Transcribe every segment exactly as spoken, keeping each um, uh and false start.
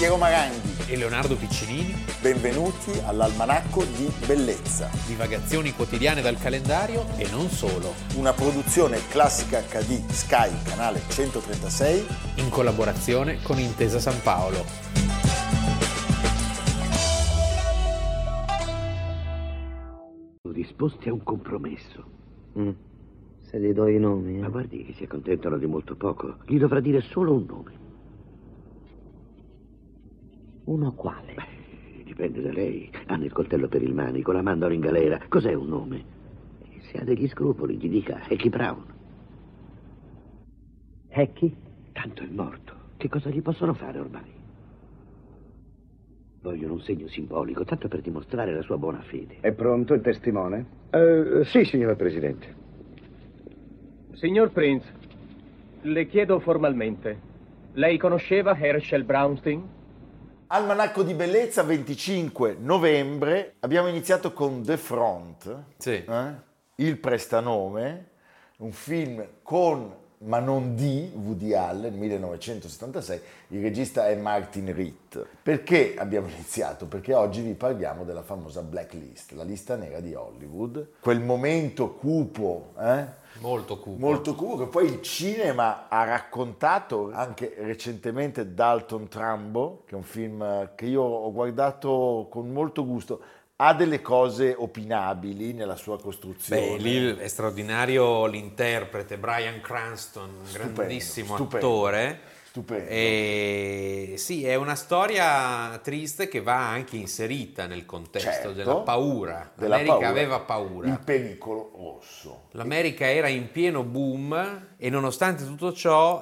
Piero Maranghi e Leonardo Piccinini. Benvenuti all'Almanacco di Bellezza. Divagazioni quotidiane dal calendario e non solo. Una produzione Classica acca di Sky, canale centotrentasei. In collaborazione con Intesa San Paolo. Disposti a un compromesso. Mm. Se gli do i nomi, eh? Ma guardi che si accontentano di molto poco. Gli dovrà dire solo un nome. Uno quale? Beh, dipende da lei. Hanno il coltello per il manico, la mandano in galera. Cos'è un nome? Se ha degli scrupoli, gli dica Hacky Brown. Hacky? Tanto è morto. Che cosa gli possono fare ormai? Vogliono un segno simbolico, tanto per dimostrare la sua buona fede. È pronto il testimone? Uh, sì, signor Presidente. Signor Prince, le chiedo formalmente, lei conosceva Herschel Brownstein? Almanacco di Bellezza, venticinque novembre. Abbiamo iniziato con The Front, sì. eh? Il prestanome, un film con, ma non di, Woody Allen, millenovecentosettantasei. Il regista è Martin Ritt. Perché abbiamo iniziato? Perché oggi vi parliamo della famosa Blacklist, la lista nera di Hollywood. Quel momento cupo, eh? Molto cupo. Molto cupo, che poi il cinema ha raccontato anche recentemente. Dalton Trumbo, che è un film che io ho guardato con molto gusto. Ha delle cose opinabili nella sua costruzione. Beh, lì è straordinario l'interprete Bryan Cranston, un Stupendo, grandissimo stupendo, attore. Stupendo. E sì, è una storia triste che va anche inserita nel contesto, certo, della paura. Della L'America paura, aveva paura. Il pericolo rosso. L'America era in pieno boom e nonostante tutto ciò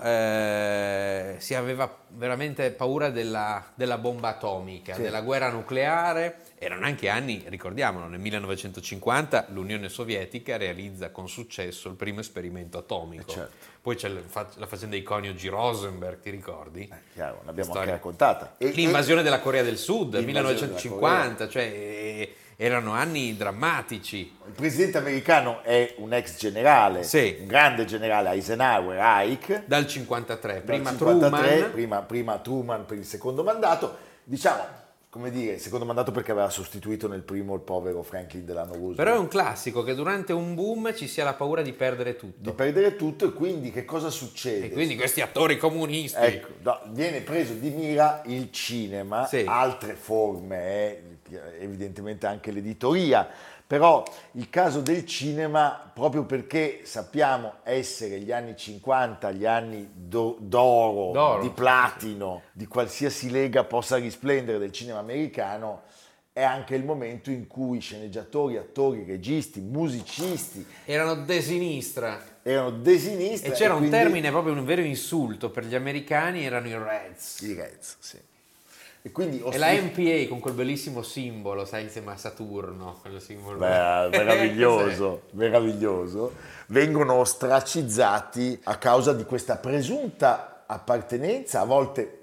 eh, si aveva veramente paura della, della bomba atomica, sì. della guerra nucleare. Erano anche anni, ricordiamolo, nel millenovecentocinquanta l'Unione Sovietica realizza con successo il primo esperimento atomico. Eh certo. Poi c'è la faccenda dei coniugi Rosenberg, ti ricordi? Eh, chiaro, l'abbiamo Storia. anche raccontata. E, L'invasione e... della Corea del Sud, L'invasione millenovecentocinquanta, cioè eh, erano anni drammatici. Il presidente americano è un ex generale, sì. un grande generale, Eisenhower, Ike. Dal cinquantatré, prima Dal cinquantatré, Truman. Prima, prima Truman per il secondo mandato. Diciamo, come dire, secondo mandato perché aveva sostituito nel primo il povero Franklin Delano Roosevelt. Però è un classico che durante un boom ci sia la paura di perdere tutto. Di perdere tutto, e quindi che cosa succede? E quindi questi attori comunisti. Ecco, no, viene preso di mira il cinema, sì. altre forme, eh, evidentemente anche l'editoria, però il caso del cinema, proprio perché sappiamo essere gli anni cinquanta, gli anni do, d'oro, d'oro, di platino, di qualsiasi lega possa risplendere del cinema americano, è anche il momento in cui sceneggiatori, attori, registi, musicisti erano de sinistra. erano de sinistra. E c'era e un quindi... termine, proprio un vero insulto per gli americani, erano i Reds. I Reds, sì. E, quindi e la M P A con quel bellissimo simbolo, sai, insieme a Saturno, quello simbolo. Beh, meraviglioso, meraviglioso. Vengono ostracizzati a causa di questa presunta appartenenza, a volte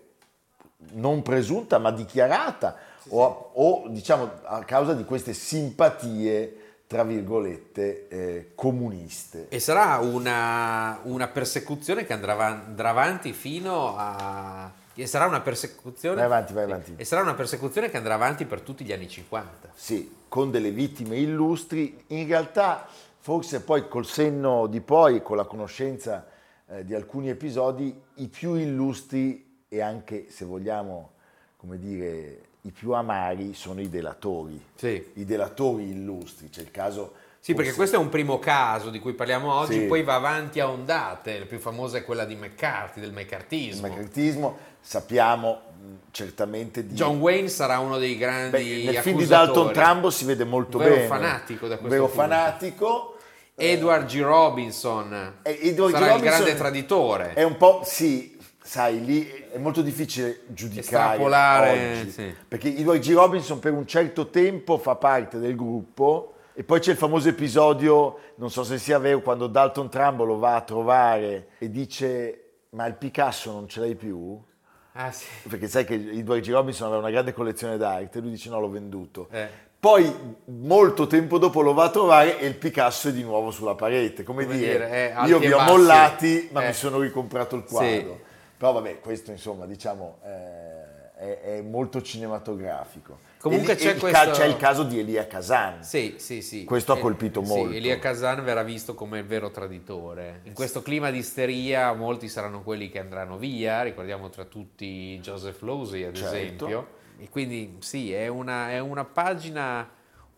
non presunta ma dichiarata, sì, o, sì. o diciamo a causa di queste simpatie tra virgolette eh, comuniste. E sarà una, una persecuzione che andrà, andrà avanti fino a... E sarà una persecuzione. Vai avanti, vai avanti. E sarà una persecuzione che andrà avanti per tutti gli anni cinquanta. Sì, con delle vittime illustri. In realtà, forse poi col senno di poi, con la conoscenza eh, di alcuni episodi, i più illustri e anche, se vogliamo, come dire, i più amari sono i delatori. Sì. I delatori illustri. C'è il caso. Sì, perché questo è un primo caso di cui parliamo oggi, sì. Poi va avanti a ondate. La più famosa è quella di McCarthy, del McCarthyismo. Il McCarthyismo, sappiamo certamente di... John Wayne sarà uno dei grandi Beh, nel accusatori. film di Dalton Trumbo si vede molto un vero bene. fanatico da questo un vero punto. fanatico. Edward G. Robinson Edward sarà G. Robinson il grande traditore. È un po', sì, sai, lì è molto difficile giudicare estrapolare, oggi, sì. Perché Edward G. Robinson per un certo tempo fa parte del gruppo. E poi c'è il famoso episodio, non so se sia vero, quando Dalton Trumbo lo va a trovare e dice: ma il Picasso non ce l'hai più? Ah, sì. Perché sai che Edward G. Robinson aveva una grande collezione d'arte e lui dice: no, l'ho venduto. Eh. Poi molto tempo dopo lo va a trovare e il Picasso è di nuovo sulla parete. Come, Come dire, dire eh, io vi ho bassi. mollati ma eh. mi sono ricomprato il quadro. Sì. Però vabbè, questo insomma diciamo... Eh, è, è molto cinematografico. Comunque e, c'è, e questo... c'è il caso di Elia Kazan. Sì, sì, sì. Questo eh, ha colpito molto. Sì, Elia Kazan verrà visto come il vero traditore. In questo clima di isteria molti saranno quelli che andranno via, ricordiamo tra tutti Joseph Losey ad Certo. esempio. E quindi sì, è una, è una pagina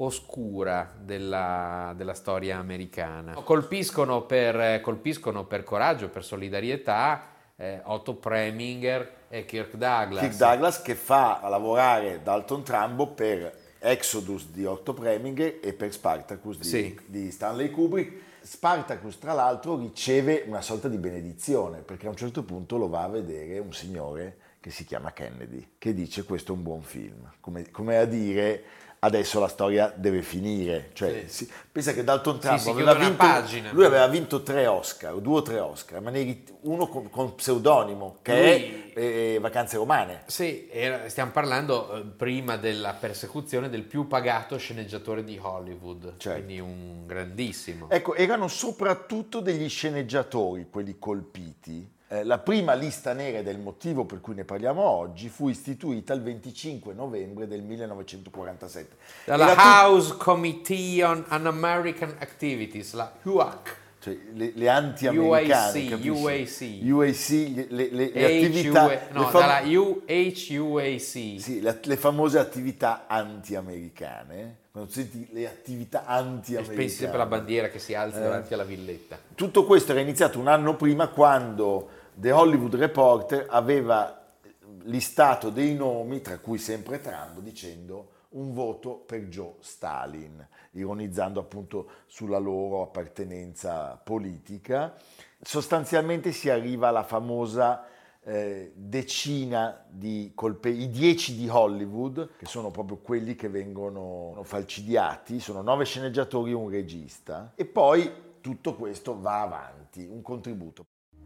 oscura della, della storia americana. Colpiscono per, colpiscono per coraggio, per solidarietà, eh, Otto Preminger e Kirk Douglas. Kirk Douglas che fa lavorare Dalton Trumbo per Exodus di Otto Preminger e per Spartacus di, Sì. di Stanley Kubrick. Spartacus tra l'altro riceve una sorta di benedizione perché a un certo punto lo va a vedere un signore che si chiama Kennedy, che dice questo è un buon film, come, come a dire adesso la storia deve finire. Cioè, Sì. si, pensa che Dalton Trumbo Sì, si aveva chiude una vinto, pagina. lui aveva vinto tre Oscar, due o tre Oscar, ma ne- uno con, con pseudonimo che Lui- è eh, Vacanze Romane. Sì, era- stiamo parlando eh, prima della persecuzione del più pagato sceneggiatore di Hollywood, Certo. quindi un grandissimo. Ecco, erano soprattutto degli sceneggiatori quelli colpiti. Eh, la prima lista nera del motivo per cui ne parliamo oggi fu istituita il venticinque novembre del millenovecentoquarantasette. Dalla Era tu- House Committee on Un-American Activities, la H U A C. cioè, le, le anti-americane, U A C, capisci? U A C. U A C, le, le- le- le attività... H U A no, le fam- dalla U H U A C. Sì, le, le famose attività anti-americane. Quando senti le attività anti-americane... Pensi sempre alla bandiera che si alza Eh. davanti alla villetta. Tutto questo era iniziato un anno prima quando The Hollywood Reporter aveva listato dei nomi, tra cui sempre Trumbo, dicendo un voto per Joe Stalin, ironizzando appunto sulla loro appartenenza politica. Sostanzialmente si arriva alla famosa eh, decina di colpevoli, i dieci di Hollywood, che sono proprio quelli che vengono falcidiati, sono nove sceneggiatori e un regista, e poi tutto questo va avanti, un contributo.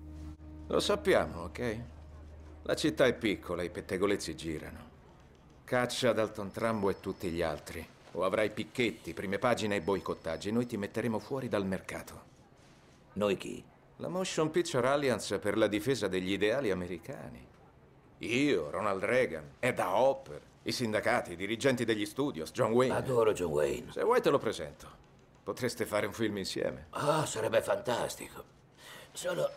Lo sappiamo, ok? La città è piccola, i pettegolezzi girano. Caccia Dalton Trumbo e tutti gli altri. O avrai picchetti, prime pagine e boicottaggi. Noi ti metteremo fuori dal mercato. Noi chi? La Motion Picture Alliance per la difesa degli ideali americani. Io, Ronald Reagan, Edda Hopper, i sindacati, i dirigenti degli studios, John Wayne. Adoro John Wayne. Se vuoi te lo presento. Potreste fare un film insieme. Ah, sarebbe fantastico. Solo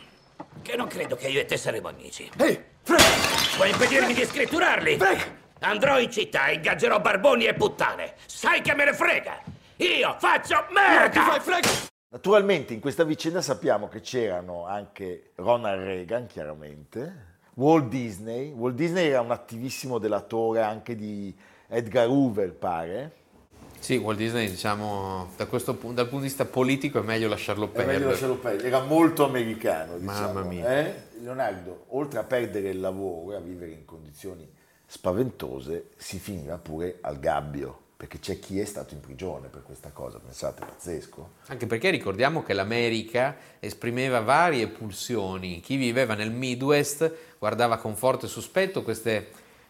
che non credo che io e te saremo amici. Ehi, Frank! Vuoi impedirmi di scritturarli? Frank! Andrò in città e ingaggerò barboni e puttane. Sai che me ne frega? Io faccio merda! Che fai, Frank? Naturalmente in questa vicenda sappiamo che c'erano anche Ronald Reagan, chiaramente, Walt Disney. Walt Disney era un attivissimo delatore anche di Edgar Hoover, pare. Sì, Walt Disney, diciamo, da questo punto, dal punto di vista politico è meglio lasciarlo È perdere. meglio lasciarlo perdere, era molto americano, diciamo. Mamma mia. Eh? Leonardo, oltre a perdere il lavoro e a vivere in condizioni spaventose, si finiva pure al gabbio, perché c'è chi è stato in prigione per questa cosa, pensate, pazzesco. Anche perché ricordiamo che l'America esprimeva varie pulsioni. Chi viveva nel Midwest guardava con forte sospetto queste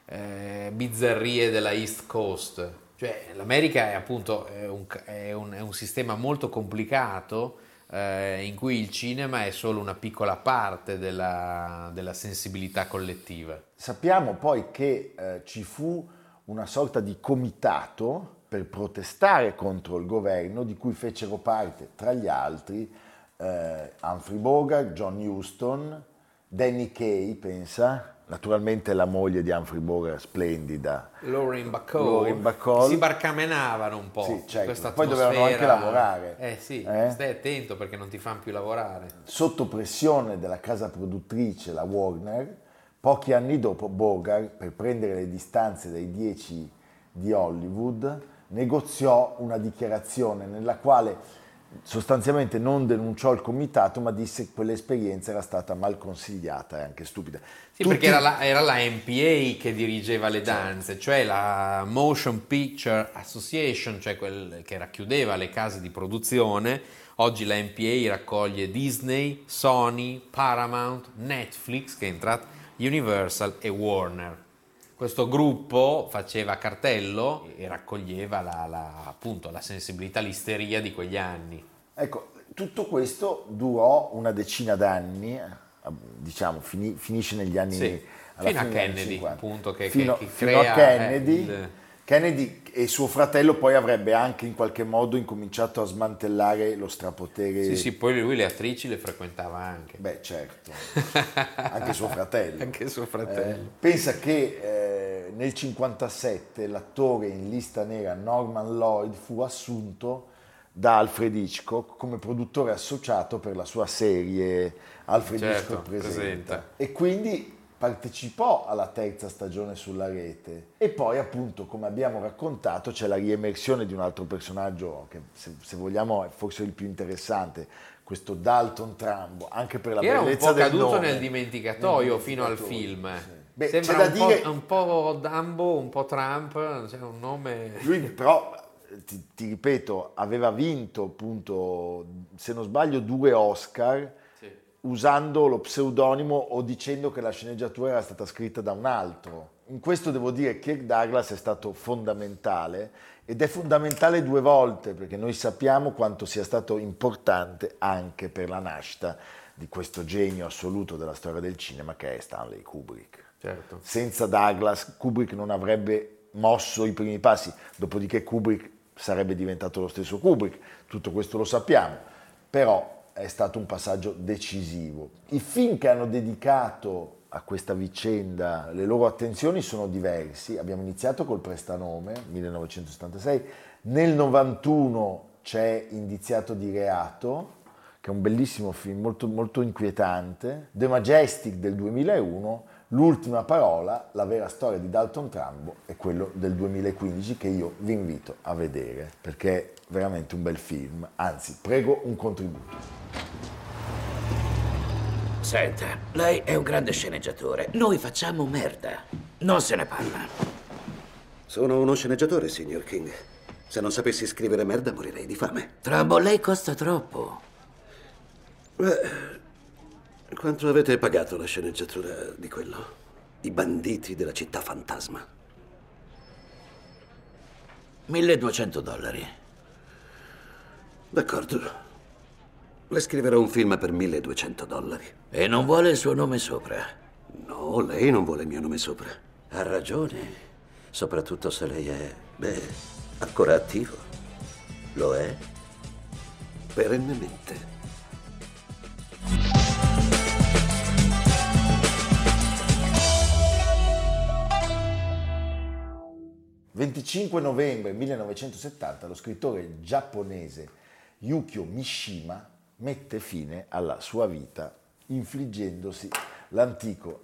eh, bizzarrie della East Coast. Cioè, l'America è appunto è un, è un, è un sistema molto complicato eh, in cui il cinema è solo una piccola parte della, della sensibilità collettiva. Sappiamo poi che eh, ci fu una sorta di comitato per protestare contro il governo, di cui fecero parte, tra gli altri, eh, Humphrey Bogart, John Huston, Danny Kaye, pensa, naturalmente la moglie di Humphrey Bogart, splendida, Lauren Bacall, Lauren Bacall. si barcamenavano un po'. Sì, certo. Questa Poi dovevano anche atmosfera. lavorare. Eh sì, Eh? stai attento perché non ti fanno più lavorare. Sotto pressione della casa produttrice, la Warner, pochi anni dopo Bogart, per prendere le distanze dai dieci di Hollywood, negoziò una dichiarazione nella quale sostanzialmente non denunciò il comitato, ma disse che quell'esperienza era stata mal consigliata e anche stupida. Sì, Tutti- perché era la, era la M P A che dirigeva le danze, cioè la Motion Picture Association, cioè quel che racchiudeva le case di produzione. Oggi la M P A raccoglie Disney, Sony, Paramount, Netflix, che è entrata, Universal e Warner. Questo gruppo faceva cartello e raccoglieva la, la, appunto, la sensibilità, l'isteria di quegli anni. Ecco, tutto questo durò una decina d'anni, eh, diciamo, fini- finisce negli anni, Sì. alla fino a fine degli anni Kennedy, cinquanta. appunto, che, fino, che, che fino crea a Kennedy. eh, il... Kennedy e suo fratello poi avrebbe anche in qualche modo incominciato a smantellare lo strapotere. Sì, sì, poi lui le attrici le frequentava anche. Beh, certo, anche suo fratello. Anche suo fratello. Eh, pensa che eh, nel cinquantasette l'attore in lista nera Norman Lloyd fu assunto da Alfred Hitchcock come produttore associato per la sua serie Alfred Certo, Hitchcock presenta. presenta. E quindi partecipò alla terza stagione sulla rete e poi appunto, come abbiamo raccontato, c'è la riemersione di un altro personaggio che se, se vogliamo è forse il più interessante, questo Dalton Trumbo, anche per la Che era un bellezza po' del caduto nome. nel dimenticatoio, Nel fino al dimenticatoio, film. sì. Beh, Sembra c'è da un, dire- po', un po' Dumbo, un po' Trump, c'è un nome... Lui però, ti, ti ripeto, aveva vinto appunto, se non sbaglio, due Oscar usando lo pseudonimo o dicendo che la sceneggiatura era stata scritta da un altro. In questo devo dire che Kirk Douglas è stato fondamentale ed è fondamentale due volte, perché noi sappiamo quanto sia stato importante anche per la nascita di questo genio assoluto della storia del cinema che è Stanley Kubrick. Certo. Senza Douglas Kubrick non avrebbe mosso i primi passi, dopodiché Kubrick sarebbe diventato lo stesso Kubrick, tutto questo lo sappiamo, però è stato un passaggio decisivo. I film che hanno dedicato a questa vicenda le loro attenzioni sono diversi. Abbiamo iniziato col Prestanome, millenovecentosettantasei, nel novantuno c'è Indiziato di reato, che è un bellissimo film, molto, molto inquietante, The Majestic del duemilauno, L'ultima parola, la vera storia di Dalton Trumbo è quello del duemilaquindici che io vi invito a vedere, perché è veramente un bel film, anzi prego un contributo. Senta, lei è un grande sceneggiatore. Noi facciamo merda. Non se ne parla. Sono uno sceneggiatore, signor King. Se non sapessi scrivere merda morirei di fame. Trumbo, lei costa troppo. Beh, quanto avete pagato la sceneggiatura di quello? I banditi della città fantasma. milleduecento dollari. D'accordo. Le scriverò un film per milleduecento dollari. E non vuole il suo nome sopra? No, lei non vuole il mio nome sopra. Ha ragione. Soprattutto se lei è, beh, ancora attivo. Lo è? Perennemente. venticinque novembre millenovecentosettanta lo scrittore giapponese Yukio Mishima mette fine alla sua vita infliggendosi l'antico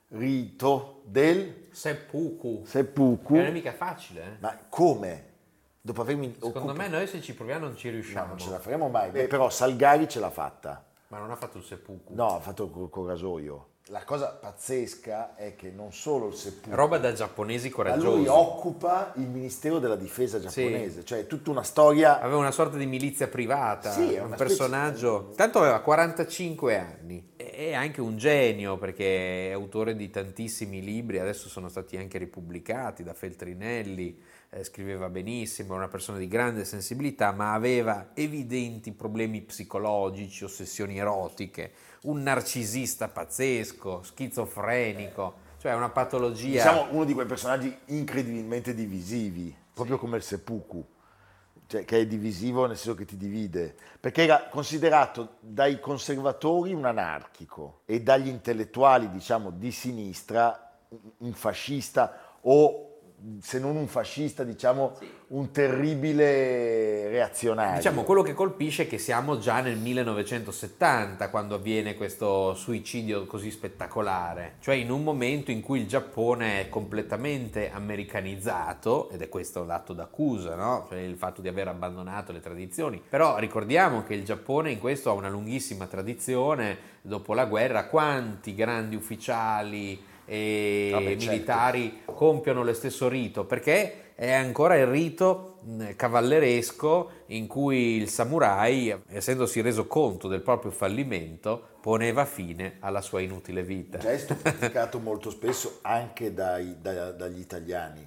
rito del Seppuku. seppuku. Non è mica facile, eh? Ma come? Dopo avermi Secondo occupa- me noi se ci proviamo non ci No, riusciamo. non ce la faremo mai. Beh, però Salgari ce l'ha fatta. Ma non ha fatto il seppuku. No, ha fatto col, col rasoio. La cosa pazzesca è che non solo il seppuku, Roba da giapponesi ma coraggiosi. lui occupa il Ministero della Difesa giapponese, cioè è tutta una storia. Aveva una sorta di milizia privata, Sì, è un una personaggio. specie- Tanto aveva quarantacinque anni. È anche un genio perché è autore di tantissimi libri, adesso sono stati anche ripubblicati da Feltrinelli, eh, scriveva benissimo, era una persona di grande sensibilità, ma aveva evidenti problemi psicologici, ossessioni erotiche, un narcisista pazzesco, schizofrenico, cioè una patologia. Diciamo uno di quei personaggi incredibilmente divisivi, proprio come il seppuku, cioè che è divisivo nel senso che ti divide, perché era considerato dai conservatori un anarchico e dagli intellettuali, diciamo, di sinistra un fascista o, se non un fascista, diciamo un terribile reazionario. Diciamo, quello che colpisce è che siamo già nel millenovecentosettanta quando avviene questo suicidio così spettacolare, cioè in un momento in cui il Giappone è completamente americanizzato, ed è questo l'atto d'accusa, no? Cioè il fatto di aver abbandonato le tradizioni. Però ricordiamo che il Giappone in questo ha una lunghissima tradizione, dopo la guerra quanti grandi ufficiali e Vabbè, militari certo. compiono lo stesso rito, perché è ancora il rito cavalleresco in cui il samurai, essendosi reso conto del proprio fallimento, poneva fine alla sua inutile vita. Gesto praticato molto spesso anche dai, da- dagli italiani.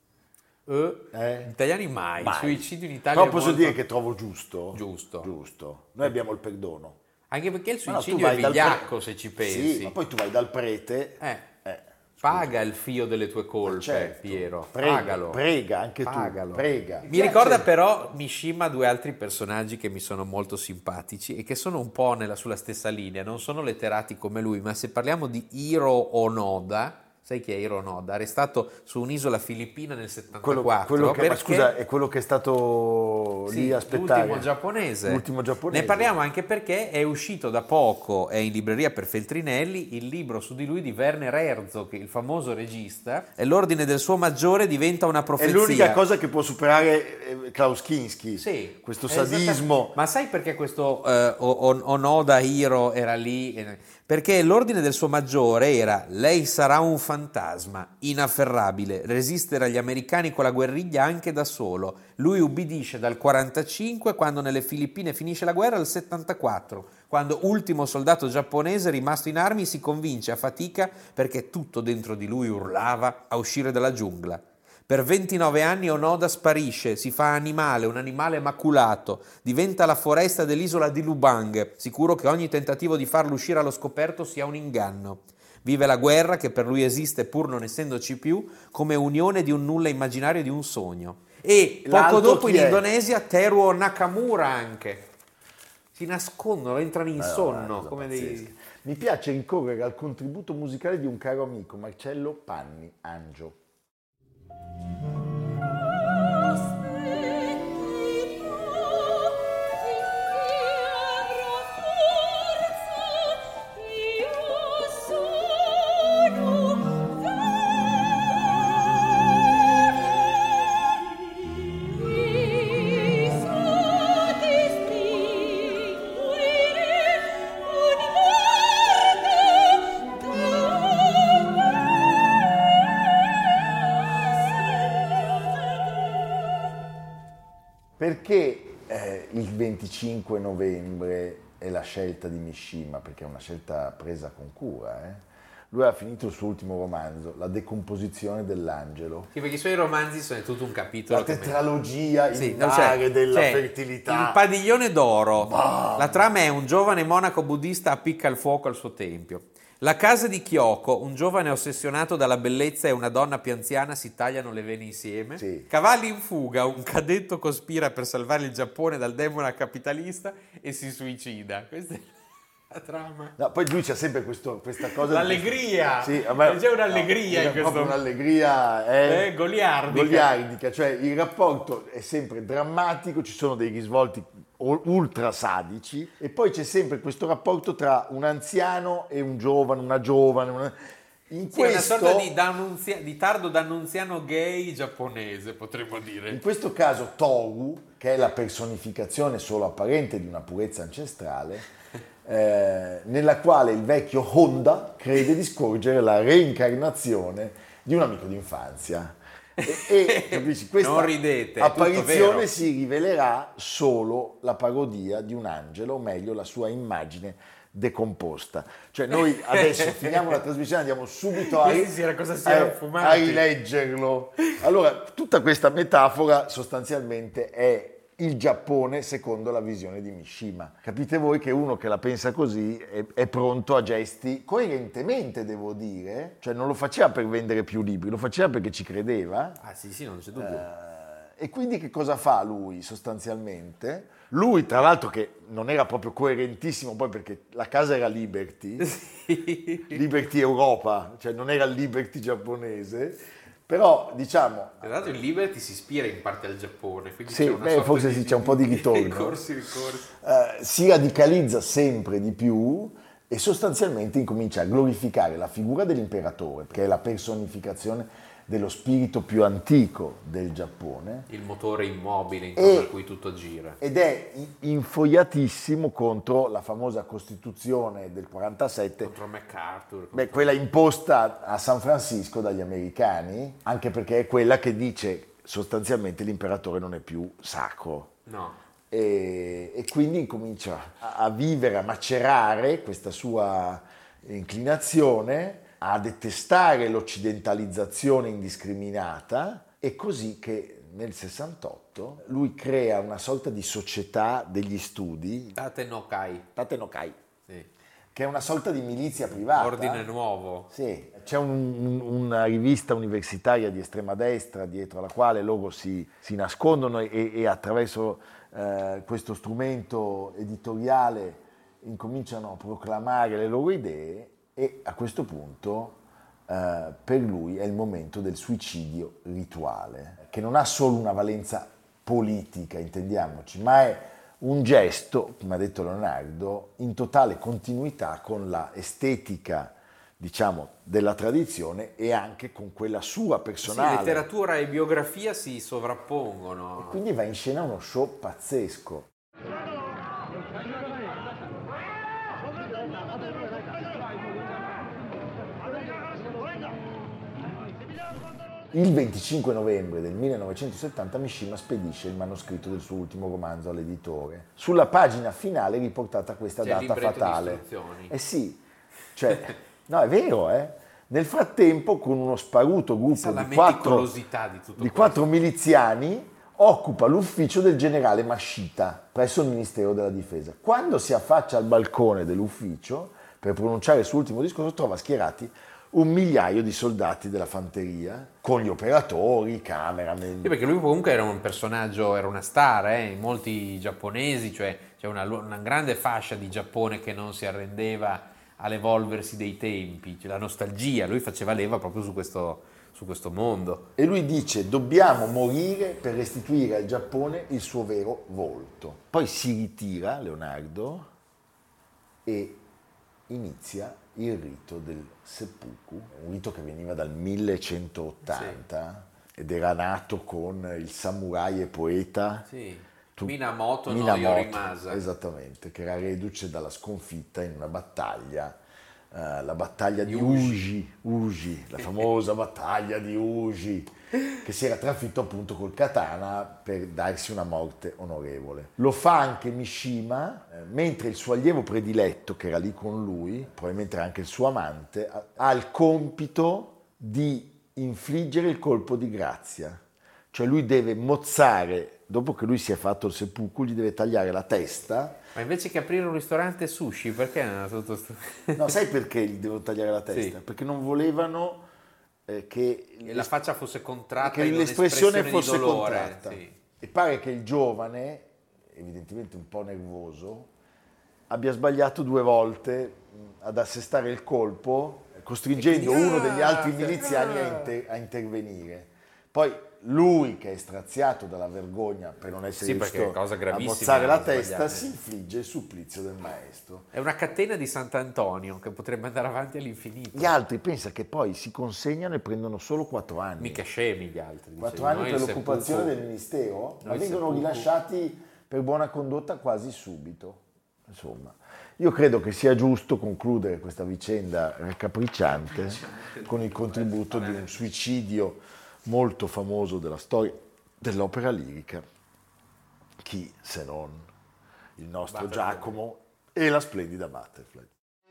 Eh, Eh? Gli italiani mai, il Mai. suicidio in Italia Però è posso molto- dire che trovo giusto. Giusto. Giusto. Noi abbiamo il perdono. Anche perché il Ma no, tu suicidio vai è dal vigliacco pre- se ci pensi. Sì, ma poi tu vai dal prete. Eh. eh, Paga il fio delle tue colpe, certo. Piero. Prega, Pagalo. prega anche Pagalo. tu. Prega. Mi ricorda però Mishima due altri personaggi che mi sono molto simpatici e che sono un po' nella, sulla stessa linea. Non sono letterati come lui, ma se parliamo di Hiro Onoda, sai chi è Hiro Onoda? Arrestato su un'isola filippina nel settantaquattro. Quello, quello che, perché... Ma scusa, è quello che è stato Sì, lì a aspettare? l'ultimo giapponese. L'ultimo giapponese. Ne parliamo anche perché è uscito da poco, è in libreria per Feltrinelli, il libro su di lui di Werner Herzog, il famoso regista, e l'ordine del suo maggiore diventa una profezia. È l'unica cosa che può superare Klaus Kinski, sì, questo sadismo. Ma sai perché questo eh, Onoda Hiro era lì? Perché l'ordine del suo maggiore era: lei sarà un fantasma inafferrabile, resistere agli americani con la guerriglia anche da solo. Lui ubbidisce dal quarantacinque, quando nelle Filippine finisce la guerra, al settantaquattro, quando ultimo soldato giapponese rimasto in armi si convince a fatica, perché tutto dentro di lui urlava, a uscire dalla giungla. Per ventinove anni Onoda sparisce, si fa animale, un animale maculato, diventa la foresta dell'isola di Lubang, sicuro che ogni tentativo di farlo uscire allo scoperto sia un inganno. Vive la guerra, che per lui esiste pur non essendoci più, come unione di un nulla immaginario, di un sogno. E L'altro poco dopo in chi è? Indonesia Teruo Nakamura anche. Si nascondono, entrano in Eh, sonno. no, Come pazzesca. dei... Mi piace ricorrere al contributo musicale di un caro amico, Marcello Panni, Angio. Perché eh, il venticinque novembre è la scelta di Mishima? Perché è una scelta presa con cura. Eh? Lui ha finito il suo ultimo romanzo, La decomposizione dell'angelo. Sì, perché i suoi romanzi sono tutto un capitolo. La tetralogia, il Sì, mare cioè, della cioè, fertilità. Il padiglione d'oro. Bah. La trama è: un giovane monaco buddista appicca il fuoco al suo tempio. La casa di Kyoko, un giovane ossessionato dalla bellezza e una donna più anziana si tagliano le vene insieme. Sì. Cavalli in fuga, un cadetto cospira per salvare il Giappone dal demone capitalista e si suicida. Questa è la trama. No, poi lui c'ha sempre questo, questa cosa. L'allegria! Sì, vabbè, c'è un'allegria no, in questo. proprio un'allegria eh, Eh, goliardica. goliardica, cioè il rapporto è sempre drammatico, ci sono dei risvolti ultra sadici e poi c'è sempre questo rapporto tra un anziano e un giovane, una giovane. Una... In Sì, questo, è una sorta di, d'annunzia, di tardo d'annunziano gay giapponese, potremmo dire. in questo caso Toru, che è la personificazione solo apparente di una purezza ancestrale, eh, nella quale il vecchio Honda crede di scorgere la reincarnazione di un amico d'infanzia. E, e capisci, questa Non ridete, è tutto apparizione vero. si rivelerà solo la parodia di un angelo, o meglio la sua immagine decomposta. Cioè noi adesso finiamo la trasmissione, andiamo subito a, Questi si era cosa si a- erano fumati. a rileggerlo. Allora, tutta questa metafora sostanzialmente è il Giappone secondo la visione di Mishima. Capite voi che uno che la pensa così è, è pronto a gesti coerentemente, devo dire, cioè non lo faceva per vendere più libri, lo faceva perché ci credeva. Ah sì, sì, non c'è dubbio. Eh, e quindi che cosa fa lui sostanzialmente? Lui, tra l'altro, che non era proprio coerentissimo, poi perché la casa era Liberty, Liberty Europa, cioè non era Liberty giapponese, però diciamo... Tra l'altro il Liberty si ispira in parte al Giappone, quindi Sì, c'è una beh, sorta forse di, sì, c'è un po' di ritorno. Ricorsi, ricorsi. Eh, si radicalizza sempre di più e sostanzialmente incomincia a glorificare la figura dell'imperatore, che è la personificazione dello spirito più antico del Giappone. Il motore immobile intorno E- a cui tutto gira. Ed è i- infoiatissimo contro la famosa Costituzione del quarantasette, Contro MacArthur. beh, quella imposta a San Francisco dagli americani, anche perché è quella che dice sostanzialmente l'imperatore non è più sacro. No. E, e quindi incomincia a, a vivere, a macerare questa sua inclinazione, a detestare l'occidentalizzazione indiscriminata, e così che nel sessantotto lui crea una sorta di società degli studi, Tate no Kai. Tate no Kai, Sì. che è una sorta di milizia privata. Ordine nuovo. Sì, c'è un, un, una rivista universitaria di estrema destra dietro alla quale loro si, si nascondono e, e attraverso eh, questo strumento editoriale incominciano a proclamare le loro idee e a questo punto eh, per lui è il momento del suicidio rituale, che non ha solo una valenza politica, intendiamoci, ma è un gesto, come ha detto Leonardo, in totale continuità con la estetica, diciamo, della tradizione e anche con quella sua personale. Sì, letteratura e biografia si sovrappongono. E quindi va in scena uno show pazzesco. Il venticinque novembre del millenovecentosettanta Mishima spedisce il manoscritto del suo ultimo romanzo all'editore. Sulla pagina finale è riportata questa C'è data fatale. di istruzioni. Eh sì, cioè, no, è vero, eh. Nel frattempo, con uno sparuto gruppo la di quattro, meticolosità di tutto di quattro miliziani, occupa l'ufficio del generale Mashita presso il Ministero della Difesa. Quando si affaccia al balcone dell'ufficio per pronunciare il suo ultimo discorso, trova schierati un migliaio di soldati della fanteria, con gli operatori, cameraman. Sì, perché lui comunque era un personaggio, era una star, eh, in molti giapponesi, cioè c'è una, una grande fascia di Giappone che non si arrendeva all'evolversi dei tempi, cioè la nostalgia, lui faceva leva proprio su questo, su questo mondo. E lui dice: dobbiamo morire per restituire al Giappone il suo vero volto. Poi si ritira Leonardo e inizia il rito del seppuku, un rito che veniva dal millecentottanta sì. ed era nato con il samurai e poeta sì. tu, Minamoto, Minamoto no Yorimasa. Esattamente, che era reduce dalla sconfitta in una battaglia, uh, la battaglia di Uji, Uji, Uji la famosa battaglia di Uji, che si era trafitto appunto col katana per darsi una morte onorevole. Lo fa anche Mishima, eh, mentre il suo allievo prediletto, che era lì con lui, probabilmente era anche il suo amante, ha, ha il compito di infliggere il colpo di grazia. Cioè lui deve mozzare, dopo che lui si è fatto il seppuku, gli deve tagliare la testa. Ma invece che aprire un ristorante sushi, perché non è tutto sto... No, sai perché gli devono tagliare la testa? Sì. Perché non volevano eh, che e la faccia fosse contratta, che in l'espressione fosse di dolore, contratta. sì. E pare che il giovane, evidentemente un po' nervoso, abbia sbagliato due volte ad assestare il colpo, costringendo quindi, uno degli altri ah, miliziani a, inter- a intervenire. Poi lui, che è straziato dalla vergogna per non essere sì, riuscito cosa a mozzare la testa, sbagliare. si infligge il supplizio del maestro. È una catena di Sant'Antonio che potrebbe andare avanti all'infinito. Gli altri, pensa che poi si consegnano e prendono solo quattro anni. Mica scemi gli altri. Quattro dicevi, anni noi per il l'occupazione seppuku, del ministero, ma il vengono seppuku. rilasciati per buona condotta quasi subito. Insomma, io credo che sia giusto concludere questa vicenda raccapricciante con il contributo di un suicidio molto famoso della storia dell'opera lirica. Chi se non il nostro Butterfly. Giacomo e la splendida Butterfly.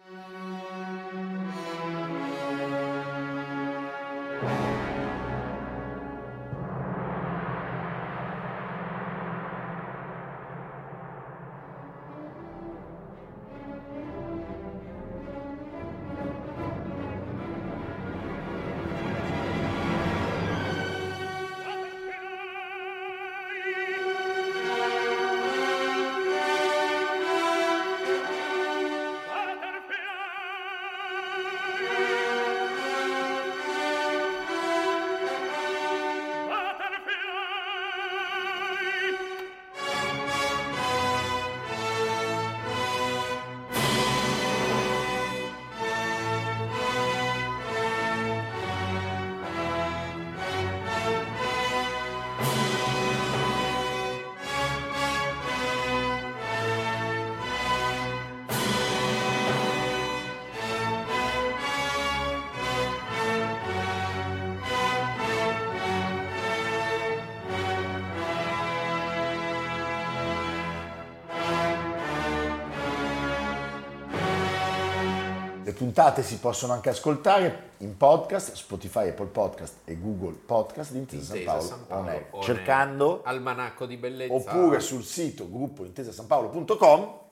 Le puntate si possono anche ascoltare in podcast, Spotify, Apple Podcast e Google Podcast di Intesa San Paolo, San Paolo on air, on air. cercando Almanacco di bellezza oppure sul sito gruppo intesa san paolo punto com,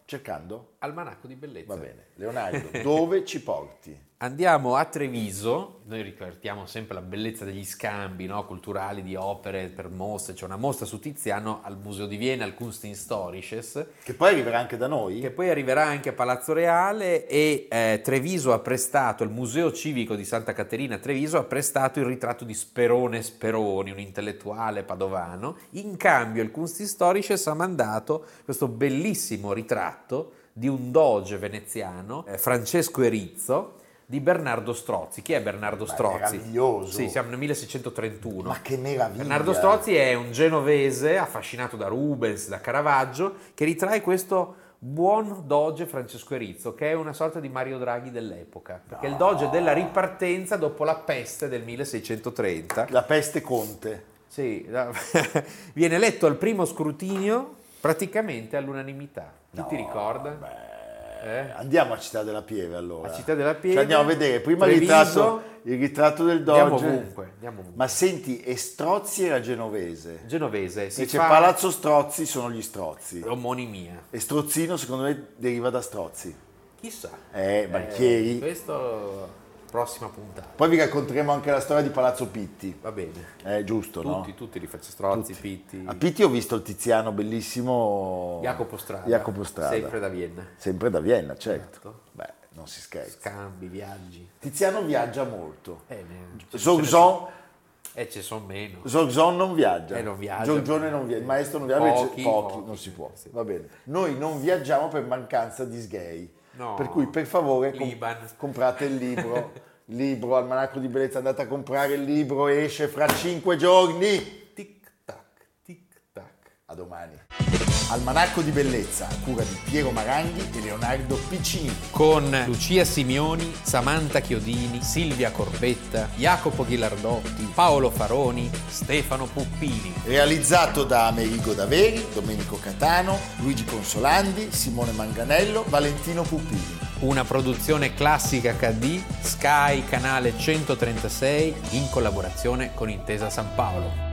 Cercando? Almanacco di bellezza. Va bene. Leonardo, dove ci porti? Andiamo a Treviso, noi ricordiamo sempre la bellezza degli scambi, no, culturali di opere per mostre, c'è una mostra su Tiziano al Museo di Vienna, al Kunsthistorisches, Che poi arriverà anche da noi? che poi arriverà anche a Palazzo Reale e eh, Treviso ha prestato, il Museo Civico di Santa Caterina a Treviso ha prestato il ritratto di Sperone Speroni, un intellettuale padovano. In cambio il Kunsthistorisches ha mandato questo bellissimo ritratto di un doge veneziano, eh, Francesco Erizzo, di Bernardo Strozzi. Chi è Bernardo Ma Strozzi? meraviglioso. Sì, siamo nel milleseicentotrentuno. Ma che meraviglia! Bernardo Strozzi è un genovese affascinato da Rubens, da Caravaggio, che ritrae questo buon doge Francesco Erizzo, che è una sorta di Mario Draghi dell'epoca, perché è il doge della ripartenza dopo la peste del milleseicentotrenita. La peste Conte. Sì, viene eletto al primo scrutinio praticamente all'unanimità. Chi ti ricorda? Beh, Eh? Andiamo a Città della Pieve allora. A Città della Pieve. Cioè andiamo a vedere prima il Treviso. ritratto, il ritratto del doge. Andiamo ovunque, andiamo ovunque. Ma senti, e Strozzi era genovese. Genovese, si Invece fa Palazzo Strozzi sono gli Strozzi. omonimia. E Strozzino secondo me deriva da Strozzi. Chissà. Eh, banchieri. Eh, questo prossima puntata. Poi vi racconteremo anche la storia di Palazzo Pitti. Va bene. Eh, giusto, Tutti, no? tutti li faccio Strozzi, Tutti. Pitti. A Pitti ho visto il Tiziano bellissimo. Jacopo Strada. Jacopo Strada. Sempre da Vienna. Sempre da Vienna, certo. Certo. Beh, non si scherza. Scambi, viaggi. Tiziano viaggia molto. Eh, ne- Zorgson Eh, ci sono meno. Zorgson non viaggia. Eh, non viaggia. Giorgione non viaggia. Il maestro non viaggia, invece Pochi, pochi, pochi, non si può. sì. Va bene. Noi non viaggiamo per mancanza di sgay. No. Per cui per favore com- Liban. comprate il libro. Libro, Almanacco di Bellezza, andate a comprare il libro, esce fra cinque giorni. Tic tac, tic tac. A domani. Almanacco di Bellezza, a cura di Piero Maranghi e Leonardo Piccini. Con Lucia Simioni, Samantha Chiodini, Silvia Corbetta, Jacopo Ghilardotti, Paolo Faroni, Stefano Puppini. Realizzato da Amerigo Daveri, Domenico Catano, Luigi Consolandi, Simone Manganello, Valentino Puppini. Una produzione classica acca di Sky Canale centotrentasei in collaborazione con Intesa San Paolo.